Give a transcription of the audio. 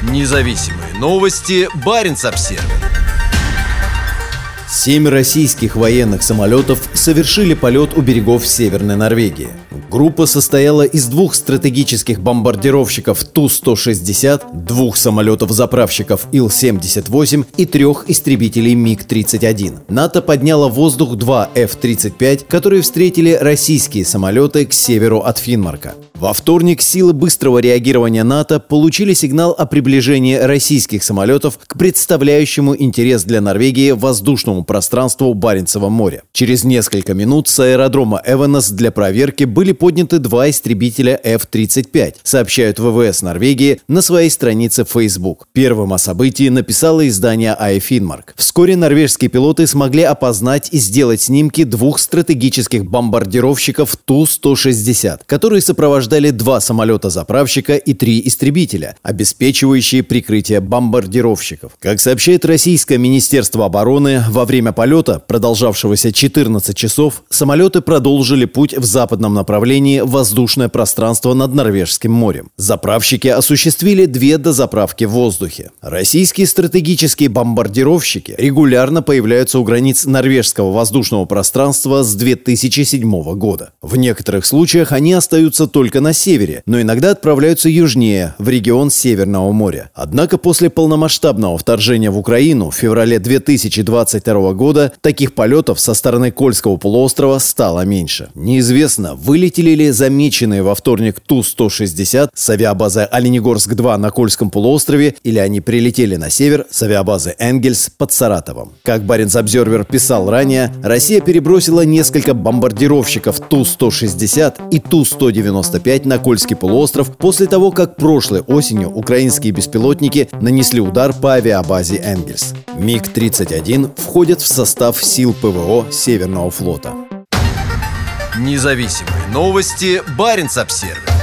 Независимые новости. Баренц-Обсервер. 7 российских военных самолетов совершили полет у берегов Северной Норвегии. Группа состояла из 2 стратегических бомбардировщиков Ту-160, 2 самолетов-заправщиков Ил-78 и 3 истребителей МиГ-31. НАТО подняло в воздух 2 F-35, которые встретили российские самолеты к северу от Финмарка. Во вторник силы быстрого реагирования НАТО получили сигнал о приближении российских самолетов к представляющему интерес для Норвегии воздушному пространству Баренцева моря. Через несколько минут с аэродрома Эвенес для проверки были подняты 2 истребителя F-35, сообщают ВВС Норвегии на своей странице в Facebook. Первым о событии написало издание АИ Финмарк. Вскоре норвежские пилоты смогли опознать и сделать снимки 2 стратегических бомбардировщиков Ту-160, которые сопровождали 2 самолета-заправщика и 3 истребителя, обеспечивающие прикрытие бомбардировщиков. Как сообщает российское Министерство обороны, во время полета, продолжавшегося 14 часов, самолеты продолжили путь в западном направлении в воздушное пространство над Норвежским морем. Заправщики осуществили 2 дозаправки в воздухе. Российские стратегические бомбардировщики регулярно появляются у границ норвежского воздушного пространства с 2007 года. В некоторых случаях они остаются только на севере, но иногда отправляются южнее, в регион Северного моря. Однако после полномасштабного вторжения в Украину в феврале 2022 года таких полетов со стороны Кольского полуострова стало меньше. Неизвестно, вылетели ли замеченные во вторник Ту-160 с авиабазы Оленегорск-2 на Кольском полуострове, или они прилетели на север с авиабазы Энгельс под Саратовом. Как Баренц-Обсервер писал ранее, Россия перебросила несколько бомбардировщиков Ту-160 и Ту-195 на Кольский полуостров после того, как прошлой осенью украинские беспилотники нанесли удар по авиабазе Энгельс. МиГ-31 входит в состав сил ПВО Северного флота. Независимые новости. Баренц-Обсервер.